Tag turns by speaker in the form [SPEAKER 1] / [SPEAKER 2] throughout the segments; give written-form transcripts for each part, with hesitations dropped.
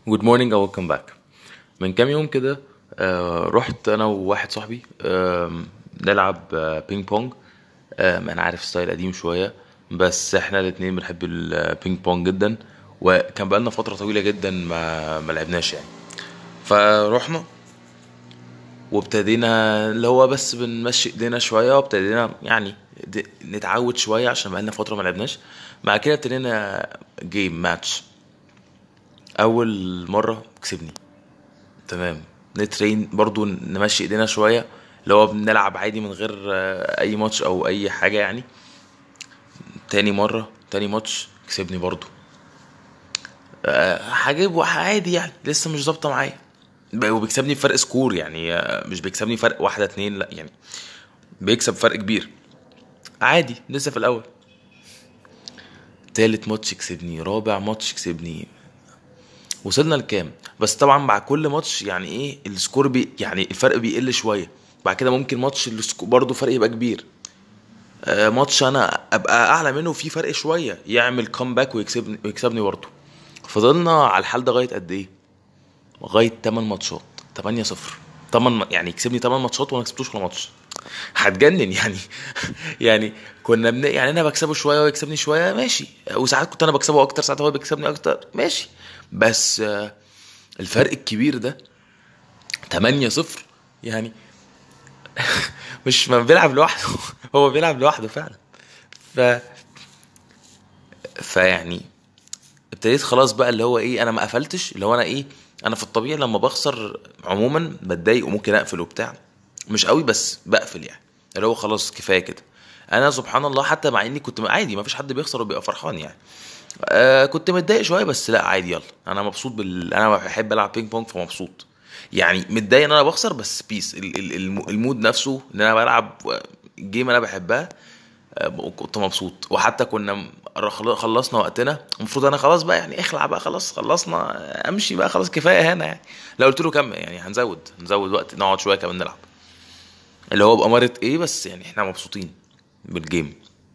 [SPEAKER 1] جود مورنينج او ويلكم باك. من كام يوم كده رحت انا وواحد صاحبي نلعب بينج بونج. انا عارف ستايل قديم شويه، بس احنا الاتنين بنحب البينج بونج جدا، وكان بقالنا فتره طويله جدا ما لعبناش يعني. فروحنا وابتدينا اللي هو بس بنمشي ايدينا شويه، وابتدينا يعني نتعود شويه عشان بقالنا فتره ما لعبناش. مع كده ابتدينا جيم ماتش. اول مره كسبني، تمام. نترين برضو نمشي ايدينا شويه، اللي هو بنلعب عادي من غير اي ماتش او اي حاجه يعني. تاني ماتش كسبني برضو. هجيب عادي يعني، لسه مش ظابطه معايا. وبيكسبني بفرق سكور يعني، مش بيكسبني فرق واحدة اتنين، لا يعني بيكسب فرق كبير. عادي لسه في الاول. تالت ماتش كسبني، رابع ماتش كسبني. وصلنا لكام؟ بس طبعا مع كل ماتش يعني ايه السكور يعني الفرق بيقل شويه. بعد كده ممكن ماتش برضه فرق يبقى كبير. ماتش انا ابقى اعلى منه في فرق شويه، يعمل كومباك ويكسبني برضه. فضلنا على الحال ده لغايه قد ايه؟ لغايه 8 ماتشات. 8-0. يعني يكسبني 8 ماتشات وانا كسبتوش ولا ماتش. هتجنن يعني. يعني يعني انا بكسبه شويه ويكسبني شويه ماشي، وساعات كنت انا بكسبه اكتر، ساعات هو بيكسبني اكتر ماشي. بس الفرق الكبير ده 8-0 يعني. مش ما بيلعب لوحده. هو بيلعب لوحده فعلا. ف فيعني ابتديت خلاص بقى اللي هو ايه، انا ما قفلتش اللي هو انا ايه. انا في الطبيعي لما بخسر عموما بتضايق وممكن اقفل وبتاع، مش قوي بس بقفل يعني، اللي هو خلاص كفايه كده. انا سبحان الله حتى مع اني كنت عادي، ما فيش حد بيخسر وبيبقى فرحان يعني. كنت متضايق شويه بس لا عادي، يلا انا مبسوط انا بحب العب بينج بونج فمبسوط. يعني متضايق ان انا بخسر بس بيس المود نفسه ان انا بلعب جيم انا بحبها. كنت مبسوط. وحتى كنا خلصنا وقتنا، المفروض انا خلاص بقى يعني اخلع بقى، خلاص خلصنا امشي بقى، خلاص كفايه هنا يعني. لا قلت له كمل يعني، هنزود وقت، نقعد شويه كمان نلعب. اللي هو بأمارة ايه، بس يعني احنا مبسوطين بالجيم.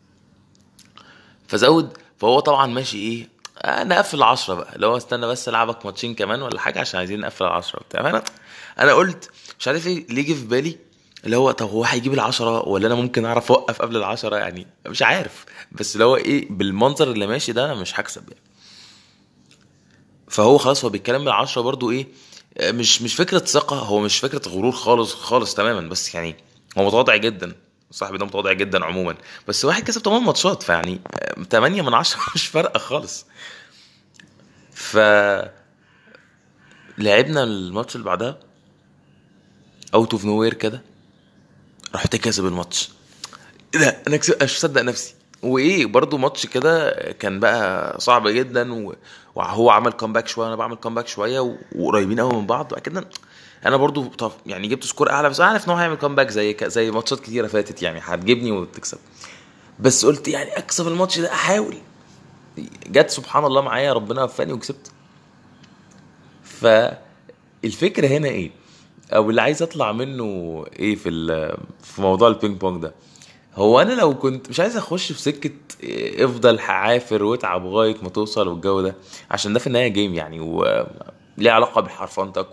[SPEAKER 1] فهو طبعا ماشي ايه. انا اقفل 10 بقى، اللي هو استنى بس العبك ماتشين كمان ولا حاجه عشان عايزين نقفل 10 بتاع. انا قلت مش عارف ايه اللي يجي في بالي، اللي هو طب هو هيجيب ال10 ولا انا ممكن اعرف اوقف قبل ال10 يعني، مش عارف. بس اللي هو ايه بالمنظر اللي ماشي ده انا مش هكسب يعني. فهو خلاص هو بيتكلم بال10 برضو ايه. مش فكره ثقه، هو مش فكره غرور خالص خالص تماما، بس يعني هو متواضع جدا. صاحبي ده متواضع جدا عموما. بس واحد كسب 8 ماتشات فيعني 8 من 10 مش فارقه خالص. فلعبنا الماتش اللي بعدها اوت اوف نوير كده، رحت كاسب الماتش. ايه ده، انا كسبت، مش مصدق نفسي. وايه برضو ماتش كده كان بقى صعب جدا وهو عمل كومباك شويه وانا بعمل كومباك شويه وقريبين قوي من بعض. بعد كده انا برضو طب يعني جبت سكور اعلى، بس انا عارف ان هو هيعمل كومباك زي ماتشات كتيره فاتت يعني هتجيبني وتكسب. بس قلت يعني اكسب الماتش ده احاول. جت سبحان الله معايا، ربنا وفاني وكسبت. فالفكره هنا ايه، او اللي عايز اطلع منه ايه في موضوع البينج بونج ده. هو انا لو كنت مش عايز اخش في سكه افضل حعافر واتعب لغايه ما توصل والجو ده، عشان ده في النهايه جيم يعني، ليه علاقه بحرفنتك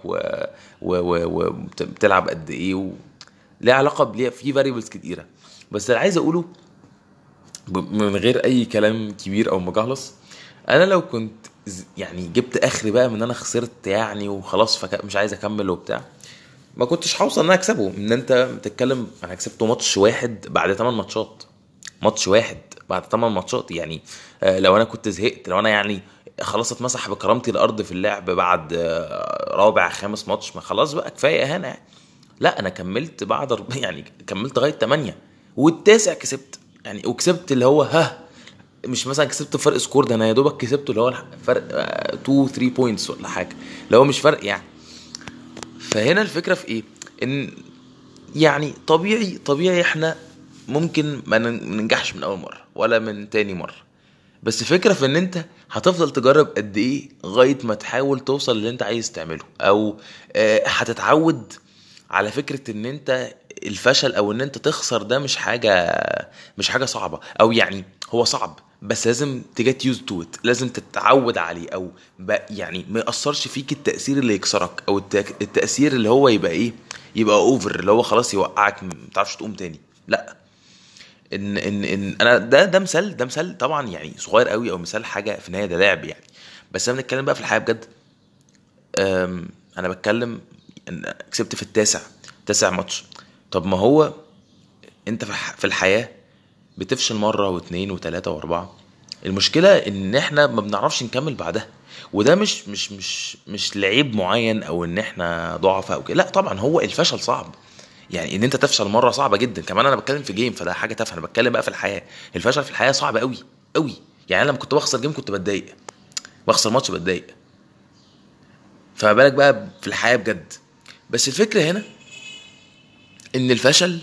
[SPEAKER 1] وبتلعب قد ايه ليه علاقه في فاريبلز كتيره. بس اللي عايز اقوله من غير اي كلام كبير او مجهلص، انا لو كنت يعني جبت اخري بقى من انا خسرت يعني وخلاص مش عايز اكمل وبتاع، ما كنتش هوصل ان انا اكسبه. ان انت بتتكلم انا كسبته ماتش واحد بعد 8 ماتشات. ماتش واحد بعد 8 ماتشات يعني. لو انا كنت زهقت، لو انا يعني خلاص اتمسح بكرامتي الارض في اللعب بعد رابع خامس ماتش، ما خلاص بقى كفايه هنا يعني. لا انا كملت بعد يعني كملت لغايه 8 والتاسع كسبت يعني. وكسبت اللي هو مش مثلا كسبت فرق سكور، ده انا يا دوبك كسبته اللي هو فرق 2 3 بوينتس ولا حاجه، اللي هو مش فرق يعني. فهنا الفكره في ايه، ان يعني طبيعي احنا ممكن ما ننجحش من اول مره ولا من تاني مره. بس فكرة في ان انت هتفضل تجرب قد ايه لغايه ما تحاول توصل اللي انت عايز تعمله، او هتتعود على فكرة ان انت الفشل او ان انت تخسر ده مش حاجة صعبة، او يعني هو صعب بس لازم تجت يوز تو ات، لازم تتعود عليه، او يعني ما ياثرش فيك التاثير اللي يكسرك، او التاثير اللي هو يبقى ايه، يبقى اوفر، اللي هو خلاص يوقعك ما تعرفش تقوم تاني. لا، ان انا ده مثال، ده مثال طبعا يعني صغير قوي، او مثال حاجه في النهايه ده لعب يعني. بس انا بنتكلم بقى في الحياه بجد. انا بتكلم ان كسبت في تاسع ماتش. طب ما هو انت في الحياه بتفشل مره واثنين وثلاثه واربعه، المشكله ان احنا ما بنعرفش نكمل بعدها. وده مش لعيب معين، او ان احنا ضعفاء او كده، لا طبعا هو الفشل صعب. يعني ان انت تفشل مره صعبه جدا، كمان انا بتكلم في جيم فده حاجه تافهه، انا بتكلم بقى في الحياه. الفشل في الحياه صعب قوي قوي. يعني انا لما كنت بخسر جيم كنت بتضايق، بخسر ماتش بتضايق، فما بالك بقى في الحياه بجد. بس الفكره هنا ان الفشل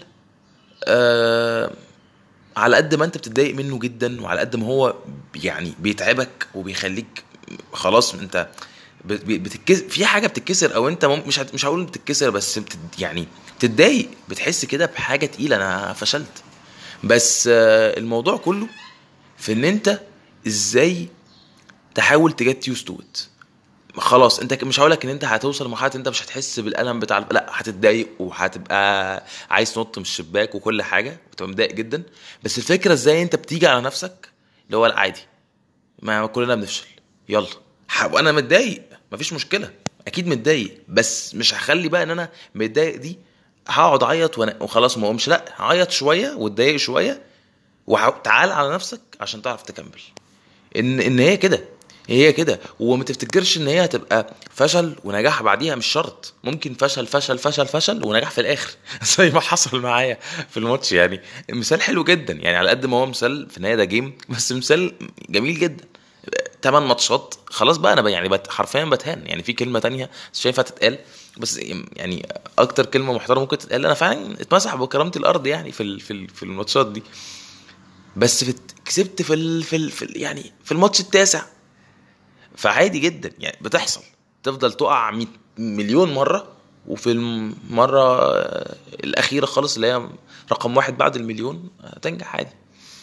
[SPEAKER 1] آه على قد ما انت بتتضايق منه جدا، وعلى قد ما هو يعني بيتعبك وبيخليك خلاص انت بتتكسر في حاجه بتتكسر، او انت مش هقول بتتكسر، بس يعني بتتضايق، بتحس كده بحاجه تقيله، انا فشلت. بس الموضوع كله في ان انت ازاي تحاول تجت يوز تو ات. خلاص انت مش هقولك ان انت هتوصل لمرحله انت مش هتحس بالالم بتاع لا، هتتضايق وهتبقى عايز تنط من الشباك وكل حاجه وتبقى متضايق جدا. بس الفكره ازاي انت بتيجي على نفسك، اللي هو لا عادي، ما كلنا بنفشل، يلا. وانا متضايق مفيش مشكله، اكيد متضايق، بس مش هخلي بقى ان انا متضايق دي هقعد اعيط وخلاص ما اقومش، لا هعيط شويه واتضايق شويه، وتعال على نفسك عشان تعرف تكمل. ان هي كده، هي كده. وما تفتكرش ان هي هتبقى فشل ونجاح بعديها، مش شرط، ممكن فشل فشل فشل فشل ونجاح في الاخر زي ما حصل معايا في الماتش يعني. مثال حلو جدا يعني، على قد ما هو مثال في النهايه ده جيم، بس مثال جميل جدا. 8 ماتشات خلاص بقى، انا يعني حرفيا بتهان يعني، في كلمه تانية شايفها تتقال، بس يعني اكتر كلمه محترمه ممكن تتقال، انا فعلا اتمسح بكرامه الارض يعني في الماتشات دي. بس كسبت يعني في الماتش التاسع، فعادي جدا يعني بتحصل، تفضل تقع 100 مليون مرة، وفي المرة الأخيرة خالص اللي هي رقم واحد بعد المليون تنجح عادي.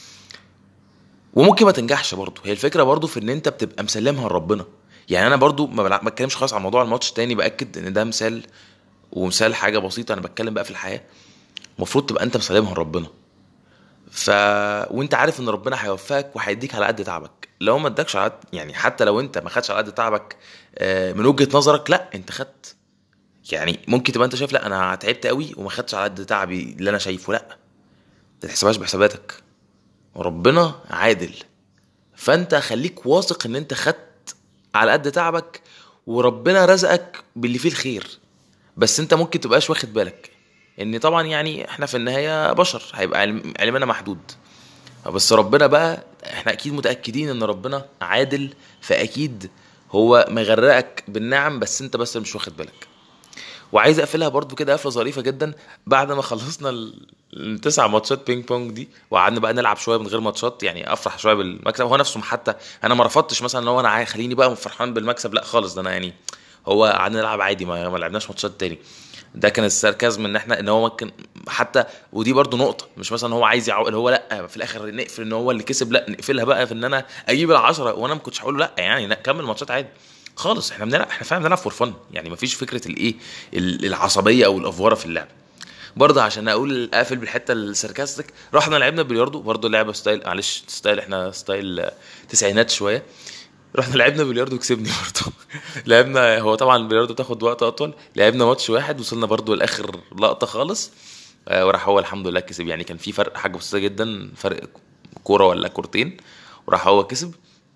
[SPEAKER 1] وممكن ما تنجحش برضه، هي الفكرة برضه في ان انت بتبقى مسلمها لربنا. يعني انا برضه ما بتكلمش خالص عن موضوع الماتش تاني، باكد ان ده مثال، ومثال حاجة بسيطة، انا بتكلم بقى في الحياة. المفروض تبقى انت مسلمها لربنا، ف وانت عارف ان ربنا هيوفقك وهيديك على قد تعبك. لو ما ادكش على يعني حتى لو انت ما خدش على قد تعبك من وجهة نظرك، لا انت خدت. يعني ممكن تبقى انت شايف لا انا تعبت قوي وما خدتش على قد تعبي اللي انا شايفه، لا ما تحسبهاش بحساباتك، وربنا عادل. فانت خليك واثق ان انت خدت على قد تعبك، وربنا رزقك باللي فيه الخير. بس انت ممكن تبقاش واخد بالك ان طبعا يعني احنا في النهاية بشر، هيبقى علمنا محدود. بس ربنا بقى احنا اكيد متأكدين ان ربنا عادل، فاكيد هو مغرقك بالنعم، بس انت بس مش واخد بالك. وعايز اقفلها برضو كده قفله ظريفه جدا. بعد ما خلصنا التسع ماتشات بينج بونج دي، وقعدنا بقى نلعب شويه من غير ماتشات، يعني افرح شويه بالمكسب هو نفسه. حتى انا ما رفضتش مثلا لو انا عايز خليني بقى فرحان بالمكسب، لا خالص، ده انا يعني هو قعدنا نلعب عادي، ما لعبناش ماتشات تاني. ده كان الساركازم ان احنا ان هو ممكن حتى، ودي برضو نقطه، مش مثلا هو عايز يعوق اللي هو لا في الاخر نقفل ان هو اللي كسب، لا نقفلها بقى في ان انا اجيب العشرة، وانا ما كنتش هقول له لا يعني لا كمل ماتشات عادي خالص. احنا بنلعب، احنا فعلا بنلعب فور فن يعني، مفيش فكره الايه العصبيه او الافوره في اللعب. برضه عشان اقول اقفل بالحته الساركاستيك، رحنا لعبنا بلياردو برضه، لعبه ستايل، معلش ستايل، احنا ستايل تسعينات شويه. رحنا لعبنا بلياردو وكسبني برضه لعبنا، هو طبعا البلياردو بتاخد وقت اطول، لعبنا ماتش واحد وصلنا برضه لاخر لقطه خالص. وراح هو الحمد لله كسب، يعني كان في فرق حاجه بسيطه جدا، فرق كوره ولا كورتين، وراح هو كسب.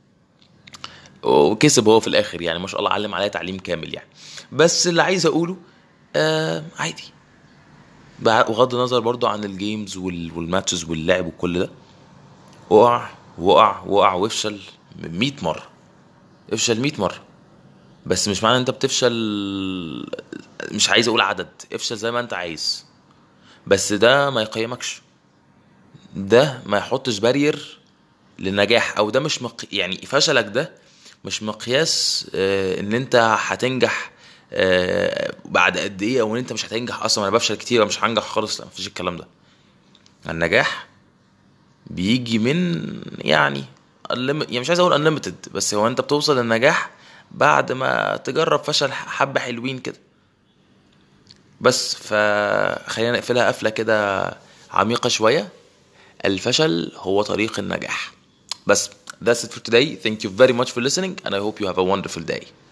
[SPEAKER 1] وكسب هو في الاخر يعني، ما شاء الله علم عليا تعليم كامل يعني. بس اللي عايز اقوله عادي، بغض النظر برضو عن الجيمز والماتشز واللعب وكل ده، وقع وقع وقع وافشل 100 مرة، افشل 100 مرة. بس مش معنى انت بتفشل، مش عايز اقول عدد، افشل زي ما انت عايز، بس ده ما يقيمكش، ده ما يحطش بارير للنجاح، او ده مش يعني فشلك ده مش مقياس ان انت هتنجح بعد قد ايه، او ان انت مش هتنجح اصلا. انا بفشل كتير ومش هنجح خالص، مفيش الكلام ده. النجاح بيجي من يعني يعني مش عايز اقول unlimited، بس هو انت بتوصل للنجاح بعد ما تجرب فشل حبة حلوين كده. بس فخلينا نقفلها قفلة كده عميقة شوية. الفشل هو طريق النجاح. بس that's it for today. Thank you very much for listening and I hope you have a wonderful day.